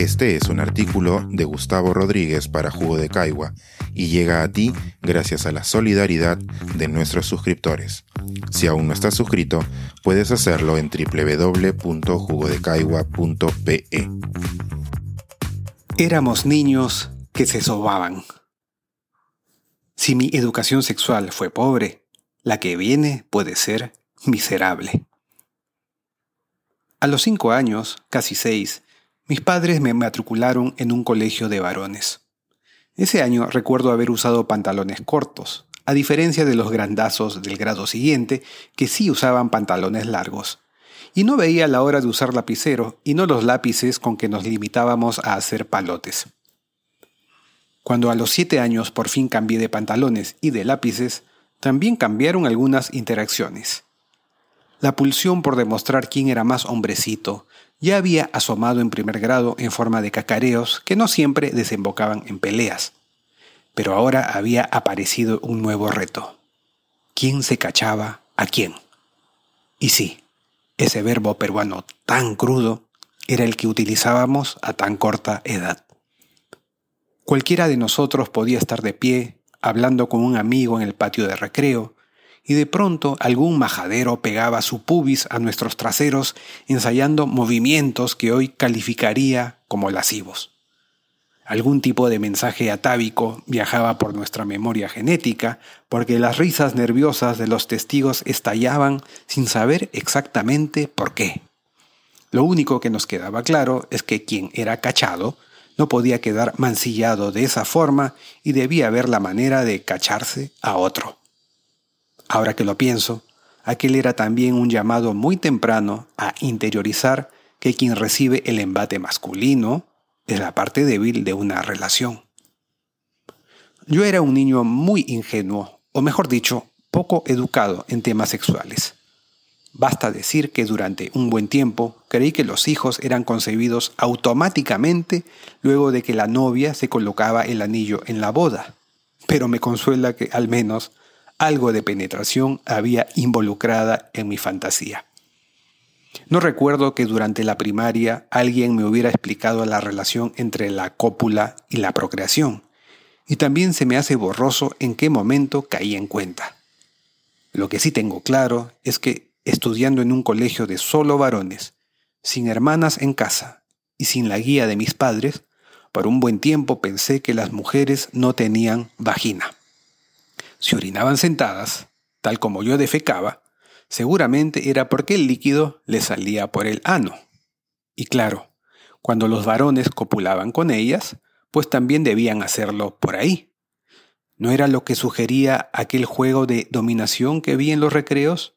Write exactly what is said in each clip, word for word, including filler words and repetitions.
Este es un artículo de Gustavo Rodríguez para Jugo de Caigua y llega a ti gracias a la solidaridad de nuestros suscriptores. Si aún no estás suscrito, puedes hacerlo en doble u doble u doble u punto jugo de caigua punto pe. Éramos niños que se sobaban. Si mi educación sexual fue pobre, la que viene puede ser miserable. A los cinco años, casi seis, mis padres me matricularon en un colegio de varones. Ese año recuerdo haber usado pantalones cortos, a diferencia de los grandazos del grado siguiente, que sí usaban pantalones largos. Y no veía la hora de usar lapicero y no los lápices con que nos limitábamos a hacer palotes. Cuando a los siete años por fin cambié de pantalones y de lápices, también cambiaron algunas interacciones. La pulsión por demostrar quién era más hombrecito ya había asomado en primer grado en forma de cacareos que no siempre desembocaban en peleas. Pero ahora había aparecido un nuevo reto. ¿Quién se cachaba a quién? Y sí, ese verbo peruano tan crudo era el que utilizábamos a tan corta edad. Cualquiera de nosotros podía estar de pie, hablando con un amigo en el patio de recreo, y de pronto algún majadero pegaba su pubis a nuestros traseros ensayando movimientos que hoy calificaría como lascivos. Algún tipo de mensaje atávico viajaba por nuestra memoria genética porque las risas nerviosas de los testigos estallaban sin saber exactamente por qué. Lo único que nos quedaba claro es que quien era cachado no podía quedar mancillado de esa forma y debía haber la manera de cacharse a otro. Ahora que lo pienso, aquel era también un llamado muy temprano a interiorizar que quien recibe el embate masculino es la parte débil de una relación. Yo era un niño muy ingenuo, o mejor dicho, poco educado en temas sexuales. Basta decir que durante un buen tiempo creí que los hijos eran concebidos automáticamente luego de que la novia se colocaba el anillo en la boda, pero me consuela que al menos algo de penetración había involucrada en mi fantasía. No recuerdo que durante la primaria alguien me hubiera explicado la relación entre la cópula y la procreación, y también se me hace borroso en qué momento caí en cuenta. Lo que sí tengo claro es que, estudiando en un colegio de solo varones, sin hermanas en casa y sin la guía de mis padres, por un buen tiempo pensé que las mujeres no tenían vagina. Si orinaban sentadas, tal como yo defecaba, seguramente era porque el líquido les salía por el ano. Y claro, cuando los varones copulaban con ellas, pues también debían hacerlo por ahí. ¿No era lo que sugería aquel juego de dominación que vi en los recreos?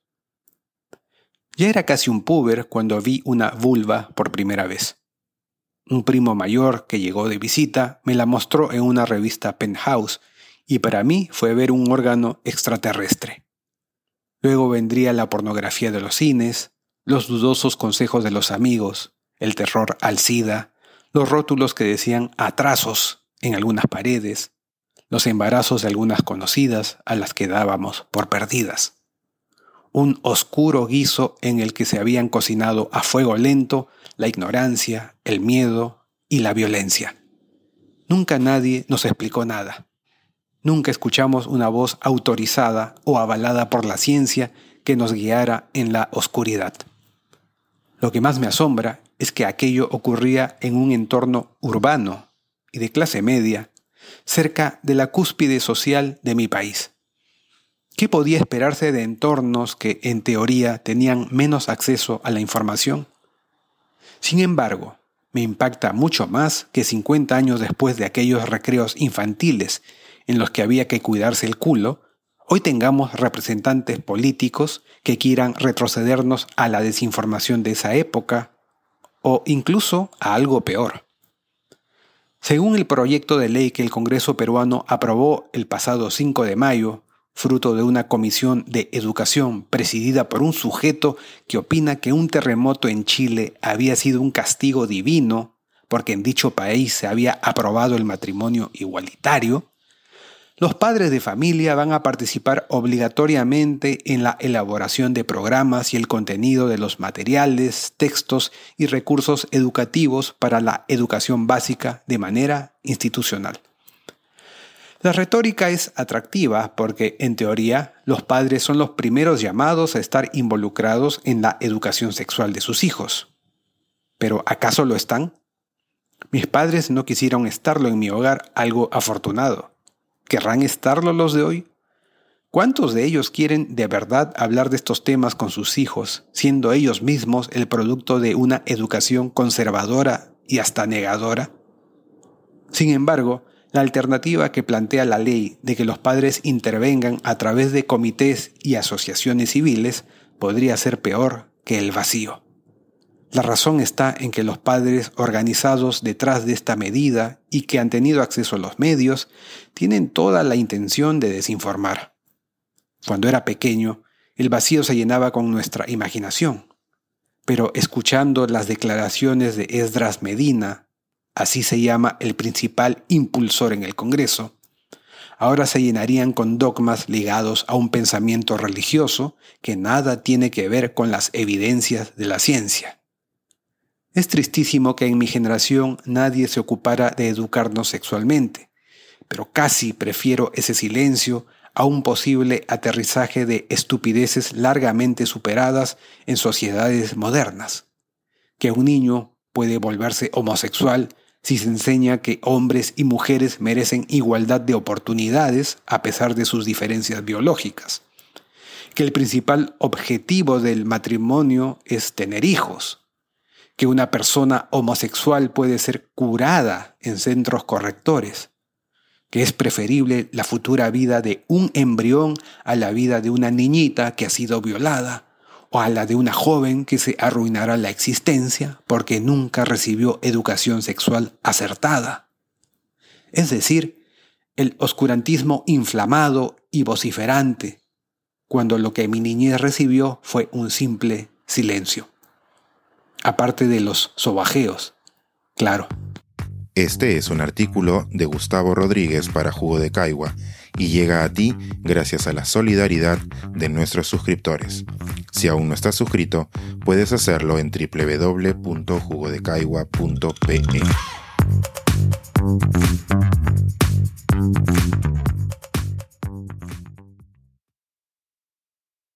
Ya era casi un púber cuando vi una vulva por primera vez. Un primo mayor que llegó de visita me la mostró en una revista Penthouse, y para mí fue ver un órgano extraterrestre. Luego vendría la pornografía de los cines, los dudosos consejos de los amigos, el terror al SIDA, los rótulos que decían atrasos en algunas paredes, los embarazos de algunas conocidas a las que dábamos por perdidas. Un oscuro guiso en el que se habían cocinado a fuego lento la ignorancia, el miedo y la violencia. Nunca nadie nos explicó nada. Nunca escuchamos una voz autorizada o avalada por la ciencia que nos guiara en la oscuridad. Lo que más me asombra es que aquello ocurría en un entorno urbano y de clase media, cerca de la cúspide social de mi país. ¿Qué podía esperarse de entornos que, en teoría, tenían menos acceso a la información? Sin embargo, me impacta mucho más que cincuenta años después de aquellos recreos infantiles en los que había que cuidarse el culo, hoy tengamos representantes políticos que quieran retrocedernos a la desinformación de esa época o incluso a algo peor. Según el proyecto de ley que el Congreso peruano aprobó el pasado cinco de mayo, fruto de una comisión de educación presidida por un sujeto que opina que un terremoto en Chile había sido un castigo divino porque en dicho país se había aprobado el matrimonio igualitario, Los padres de familia van a participar obligatoriamente en la elaboración de programas y el contenido de los materiales, textos y recursos educativos para la educación básica de manera institucional. La retórica es atractiva porque, en teoría, los padres son los primeros llamados a estar involucrados en la educación sexual de sus hijos. ¿Pero acaso lo están? Mis padres no quisieron estarlo en mi hogar, algo afortunado. ¿Querrán estarlo los de hoy? ¿Cuántos de ellos quieren de verdad hablar de estos temas con sus hijos, siendo ellos mismos el producto de una educación conservadora y hasta negadora? Sin embargo, la alternativa que plantea la ley de que los padres intervengan a través de comités y asociaciones civiles podría ser peor que el vacío. La razón está en que los padres organizados detrás de esta medida y que han tenido acceso a los medios tienen toda la intención de desinformar. Cuando era pequeño, el vacío se llenaba con nuestra imaginación, pero escuchando las declaraciones de Esdras Medina, así se llama el principal impulsor en el Congreso, ahora se llenarían con dogmas ligados a un pensamiento religioso que nada tiene que ver con las evidencias de la ciencia. Es tristísimo que en mi generación nadie se ocupara de educarnos sexualmente, pero casi prefiero ese silencio a un posible aterrizaje de estupideces largamente superadas en sociedades modernas. Que un niño puede volverse homosexual si se enseña que hombres y mujeres merecen igualdad de oportunidades a pesar de sus diferencias biológicas. Que el principal objetivo del matrimonio es tener hijos. Que una persona homosexual puede ser curada en centros correctores, que es preferible la futura vida de un embrión a la vida de una niñita que ha sido violada, o a la de una joven que se arruinará la existencia porque nunca recibió educación sexual acertada. Es decir, el oscurantismo inflamado y vociferante, cuando lo que mi niñez recibió fue un simple silencio. Aparte de los sobajeos, claro. Este es un artículo de Gustavo Rodríguez para Jugo de Caigua y llega a ti gracias a la solidaridad de nuestros suscriptores. Si aún no estás suscrito, puedes hacerlo en doble u doble u doble u punto jugo de caigua punto pe.